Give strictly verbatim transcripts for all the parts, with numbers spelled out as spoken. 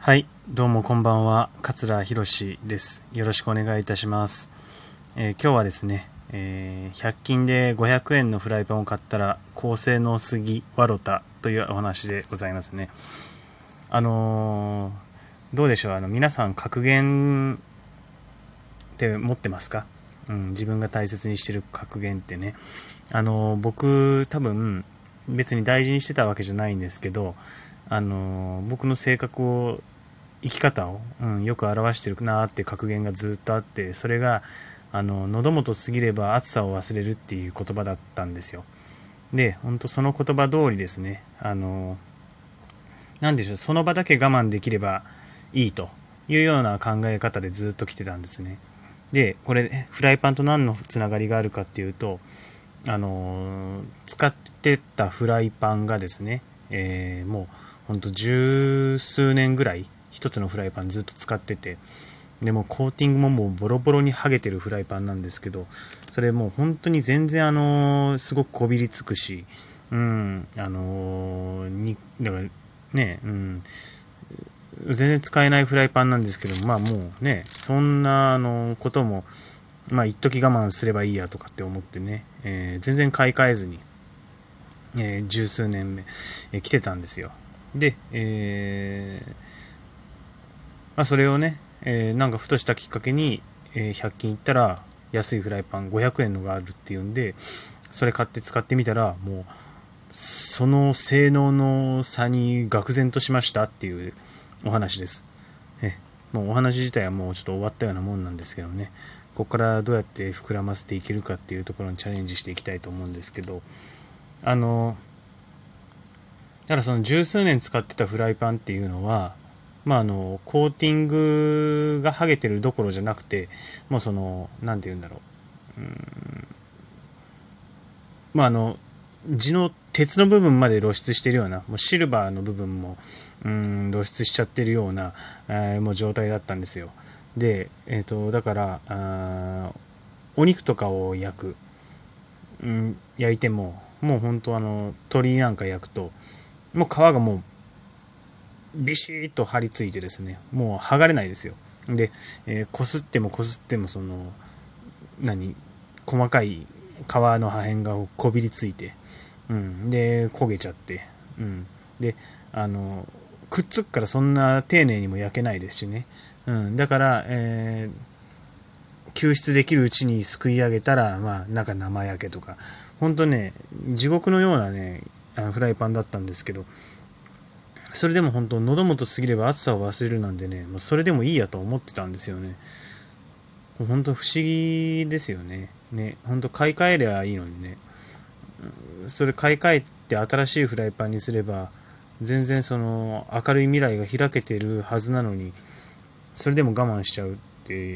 はい、どうもこんばんは、桂博史です。よろしくお願いいたします。えー今日はですね、えーひゃく均でごひゃくえんのフライパンを買ったら高性能すぎわろたというお話でございますね。あのーどうでしょう、あの皆さん格言って持ってますか？うん、自分が大切にしてる格言ってね、あのー僕多分別に大事にしてたわけじゃないんですけど、あのー僕の性格を生き方を、うん、よく表してるなーって格言がずっとあって、それがあの喉元過ぎれば暑さを忘れるっていう言葉だったんですよ。で、本当その言葉通りですね、あのなんでしょう、その場だけ我慢できればいいというような考え方でずっと来てたんですね。で、これフライパンと何のつながりがあるかっていうと、あの使ってたフライパンがですね、えー、もうほんと十数年ぐらい一つのフライパンずっと使ってて、でもコーティングももうボロボロに剥げてるフライパンなんですけど、それもう本当に全然あのーすごくこびりつくし、うんあのー、にだからね、うん全然使えないフライパンなんですけど、まあもうね、そんなあのこともまあ一時我慢すればいいやとかって思ってね、えー全然買い替えずに、えー十数年目、えー来てたんですよ。で、えーまあ、それをね、えーなんかふとしたきっかけに、えーひゃく均行ったら安いフライパンごひゃくえんのがあるっていうんで、それ買って使ってみたら、もうその性能の差に愕然としましたっていうお話です。えもうお話自体はもうちょっと終わったようなもんなんですけどね、ここからどうやって膨らませていけるかっていうところにチャレンジしていきたいと思うんですけど、あのだからその十数年使ってたフライパンっていうのは、まああのコーティングが剥げてるどころじゃなくて、もうそのなんて言うんだろう、うーんまああの地の鉄の部分まで露出しているような、もうシルバーの部分もうーん露出しちゃってるような、えーもう状態だったんですよ。で、えっ、とだからあお肉とかを焼く、うん、焼いてももう本当あの鶏なんか焼くともう皮がもうビシッと張り付いてですね、もう剥がれないですよ。で、えー、こすってもこすってもその何細かい皮の破片がこびりついて、うん、で焦げちゃって、うん、であのくっつくからそんな丁寧にも焼けないですしね、うん、だから、えー、救出できるうちにすくい上げたら、まあ、なんか生焼けとか、ほんとね地獄のようなねあのフライパンだったんですけど、それでも本当喉元過ぎれば暑さを忘れるなんでね、もうそれでもいいやと思ってたんですよね。本当不思議ですよね。ね、本当買い替えりゃいいのにね。それ買い替えて新しいフライパンにすれば、全然その明るい未来が開けてるはずなのに、それでも我慢しちゃうって、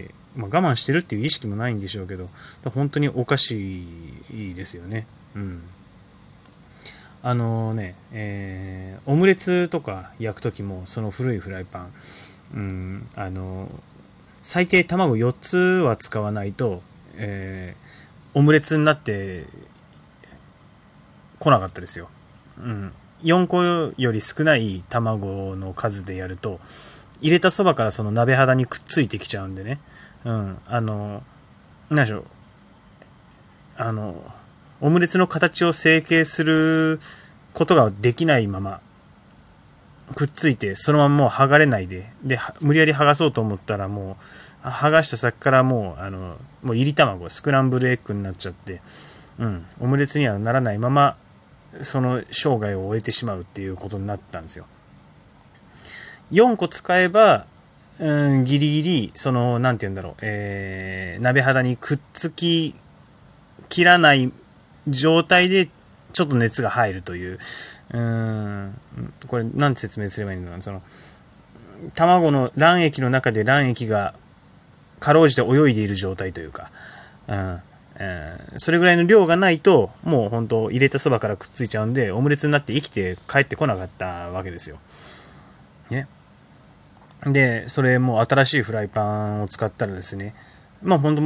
まあ、我慢してるっていう意識もないんでしょうけど、本当におかしいですよね。うん。あのね、えー、オムレツとか焼くときもその古いフライパン、うん、あの最低卵よっつは使わないと、えー、オムレツになってこなかったですよ。うん、よんこより少ない卵の数でやると入れたそばからその鍋肌にくっついてきちゃうんでね、うん、あの何でしょう、あのオムレツの形を成形することができないままくっついてそのままもう剥がれないで、で無理やり剥がそうと思ったらもう剥がした先からもうあのもう入り卵スクランブルエッグになっちゃって、うん、オムレツにはならないままその生涯を終えてしまうっていうことになったんですよ。よんこ使えば、うん、ギリギリそのなんて言うんだろう、えー、鍋肌にくっつききらない状態でちょっと熱が入るという、うーん、これなんて説明すればいいのかな、その卵の卵液の中で卵液がかろうじて泳いでいる状態というか、うん、それぐらいの量がないともう本当入れたそばからくっついちゃうんで、オムレツになって生きて帰ってこなかったわけですよ。ね。で、それもう新しいフライパンを使ったらですね、まあ本当もう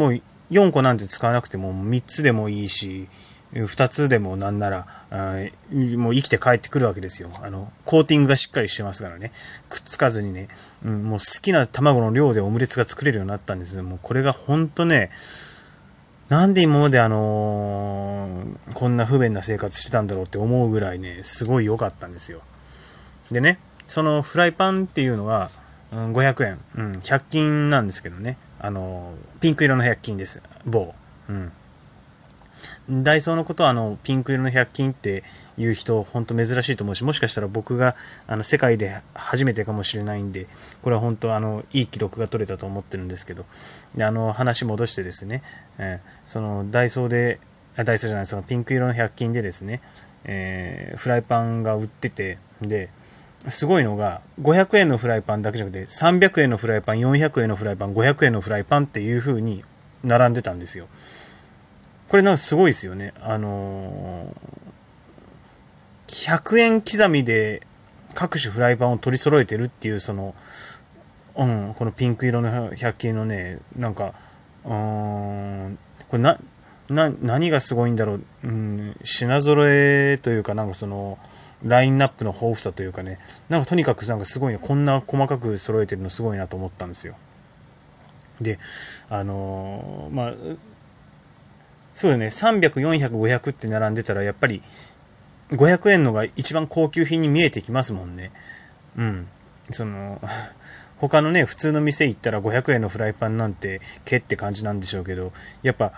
よんこなんて使わなくてもみっつでもいいし、ふたつでもなんなら、もう生きて帰ってくるわけですよ。あの、コーティングがしっかりしてますからね。くっつかずにね、うん、もう好きな卵の量でオムレツが作れるようになったんです。もうこれがほんとね、なんで今まであのー、こんな不便な生活してたんだろうって思うぐらいね、すごい良かったんですよ。でね、そのフライパンっていうのは、うん、ごひゃくえん、うん、ひゃく均なんですけどね、あのー、ピンク色のひゃく均です。某。うん。ダイソーのことはあのピンク色のひゃく均っていう人本当珍しいと思うし、もしかしたら僕があの世界で初めてかもしれないんで、これは本当あのいい記録が取れたと思ってるんですけど、であの話戻してですね、えー、そのダイソーでダイソーじゃないそのピンク色のひゃく均でですね、えー、フライパンが売ってて、ですごいのがごひゃくえんのフライパンだけじゃなくてさんびゃくえんのフライパン、よんひゃくえんのフライパン、ごひゃくえんのフライパンっていう風に並んでたんですよ。これなんかすごいですよね。あのー、ひゃくえん刻みで各種フライパンを取り揃えてるっていう、その、うん、このピンク色のひゃく均のね、なんか、うーん、これな、な、何がすごいんだろう、うん、品揃えというか、なんかその、ラインナップの豊富さというかね、なんかとにかくなんかすごいね、こんな細かく揃えてるのすごいなと思ったんですよ。で、あのー、まあ、そうよね、さんびゃく、よんひゃく、ごひゃくって並んでたら、やっぱりごひゃくえんのが一番高級品に見えてきますもんね。うん。その、他のね、普通の店行ったらごひゃくえんのフライパンなんて、けって感じなんでしょうけど、やっぱ、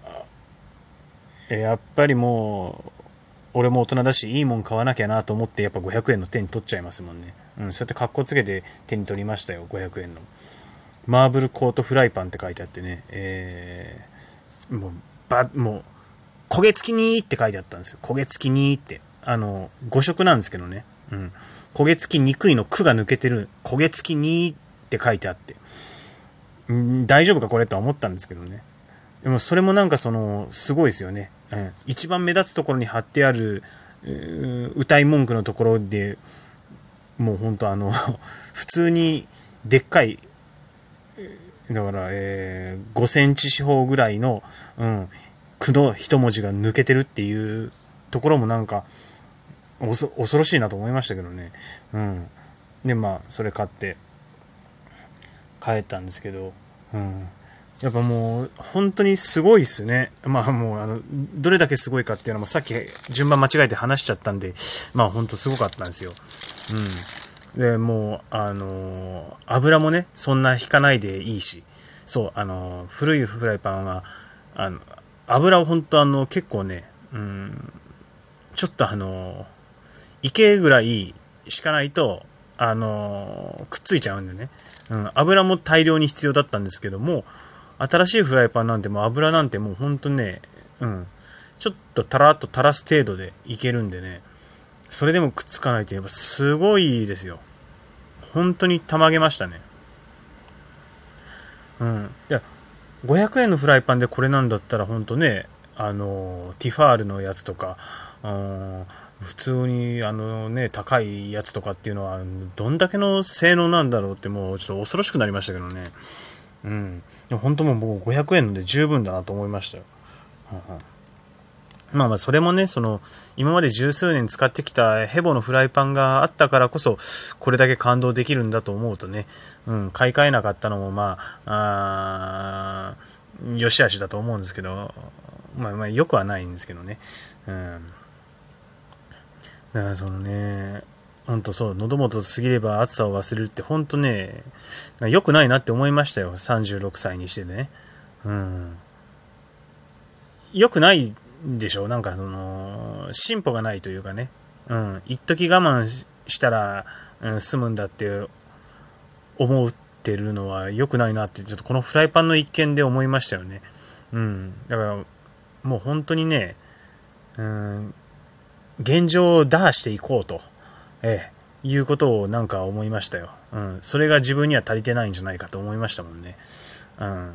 やっぱりもう、俺も大人だし、いいもん買わなきゃなと思って、やっぱごひゃくえんの手に取っちゃいますもんね。うん、そうやって格好つけて手に取りましたよ、ごひゃくえんの。マーブルコートフライパンって書いてあってね、えー、もう、ば、もう、焦げ付きにーって書いてあったんですよ。焦げ付きにーって。あの、ご色なんですけどね。うん。焦げ付きにくいのくが抜けてる、焦げ付きにーって書いてあって。ん大丈夫かこれとは思ったんですけどね。でもそれもなんかその、すごいですよね。うん。一番目立つところに貼ってある、歌い文句のところで、もうほんとあの、普通にでっかい、だから、えー、ごセンチ四方ぐらいの、うん、くの一文字が抜けてるっていうところもなんか恐ろしいなと思いましたけどね。うん。で、まあ、それ買って帰ったんですけど、うん。やっぱもう、本当にすごいっすね。まあもう、あの、どれだけすごいかっていうのもさっき順番間違えて話しちゃったんで、まあ本当すごかったんですよ。うん。で、もう、あの、油もね、そんな引かないでいいし、そう、あの、古いフライパンは、あの、油を本当あの、結構ね、うん、ちょっとあの、池ぐらい敷かないと、あの、くっついちゃうんでね。うん、油も大量に必要だったんですけども、新しいフライパンなんてもう油なんてもうほんとね、うん、ちょっとたらっと垂らす程度でいけるんでね、それでもくっつかないとやっぱすごいですよ。本当にたまげましたね。うん。で、ごひゃくえんのフライパンでこれなんだったらほんとね、あの、ティファールのやつとか、うん、普通にあのね、高いやつとかっていうのは、どんだけの性能なんだろうってもうちょっと恐ろしくなりましたけどね。うん。でも本当もう僕ごひゃくえんで十分だなと思いましたよ。うんうん、まあまあそれもね、その今まで十数年使ってきたヘボのフライパンがあったからこそこれだけ感動できるんだと思うとね、うん、買い替えなかったのもまあ、あよしあしだと思うんですけど、まあまあ良くはないんですけどね。うん。だからそのね、ほんとそう、喉元過ぎれば暑さを忘れるってほんとね、良くないなって思いましたよ。さんじゅうろくさいにしてね。うん。良くないんでしょう。なんかその、進歩がないというかね。うん。一時我慢したら、うん、済むんだって思ってるのは良くないなって、ちょっとこのフライパンの一件で思いましたよね。うん。だから、もう本当にね、うん、現状を打破していこうと、ええ、いうことをなんか思いましたよ。うん。それが自分には足りてないんじゃないかと思いましたもんね。うん。うん、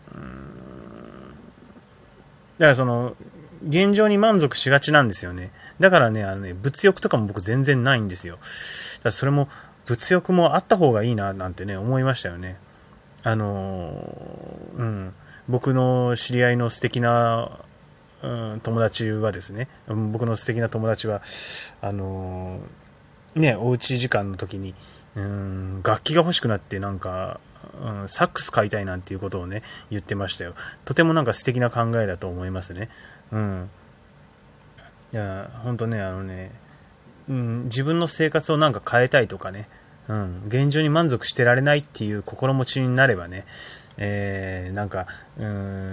だからその、現状に満足しがちなんですよね。だからね、あのね、物欲とかも僕全然ないんですよ。だからそれも、物欲もあった方がいいな、なんてね、思いましたよね。あのー、うん。 僕の知り合いの素敵な、うん、友達はですね、僕の素敵な友達は、あのー、ね、おうち時間の時に、うん、楽器が欲しくなってなんか、うん、サックス買いたいなんていうことをね、言ってましたよ。とてもなんか素敵な考えだと思いますね。うん。いや、ほんとね、あのね、うん、自分の生活をなんか変えたいとかね、うん、現状に満足してられないっていう心持ちになればね、えー、なんか、うん、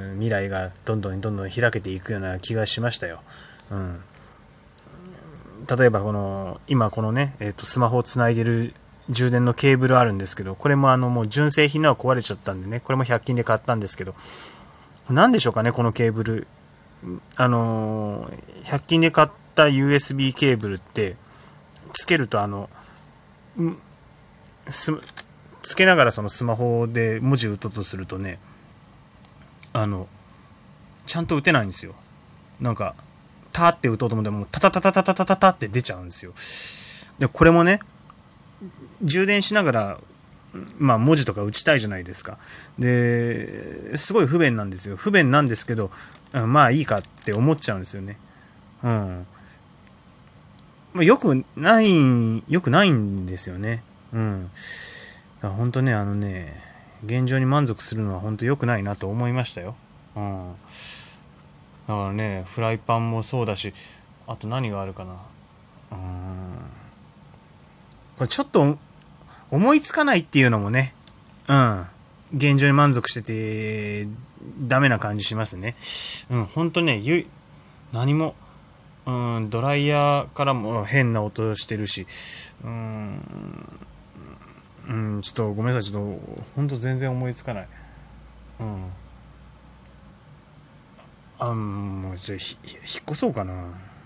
未来がどんどんどんどん開けていくような気がしましたよ。うん、例えばこの今このね、えーと、スマホをつないでる充電のケーブルあるんですけど、これもあのもう純正品のは壊れちゃったんでね、これもひゃく均で買ったんですけど、なんでしょうかね、このケーブル。あのー、ひゃく均で買った ユーエスビー ケーブルってつけるとあのすつけながらそのスマホで文字打とうとするとね、あのちゃんと打てないんですよ。なんかターって打とうと思ってもタタタタタタタタタって出ちゃうんですよ。でこれもね、充電しながらまあ文字とか打ちたいじゃないですか。ですごい不便なんですよ。不便なんですけど、まあいいかって思っちゃうんですよね。うん。まあ、よくない、よくないんですよね。うん。だから本当ね、あのね、現状に満足するのは本当良くないなと思いましたよ。うん。だからね、フライパンもそうだし、あと何があるかな。うん。これちょっと思いつかないっていうのもね、うん。現状に満足してて、ダメな感じしますね。うん、ほんとね、ゆ何も、うん、ドライヤーからも変な音してるし、うん、うん、ちょっとごめんなさい、ちょっと、ほんと全然思いつかない。うん。あ、もう、じゃあ、ひ、引っ越そうかな。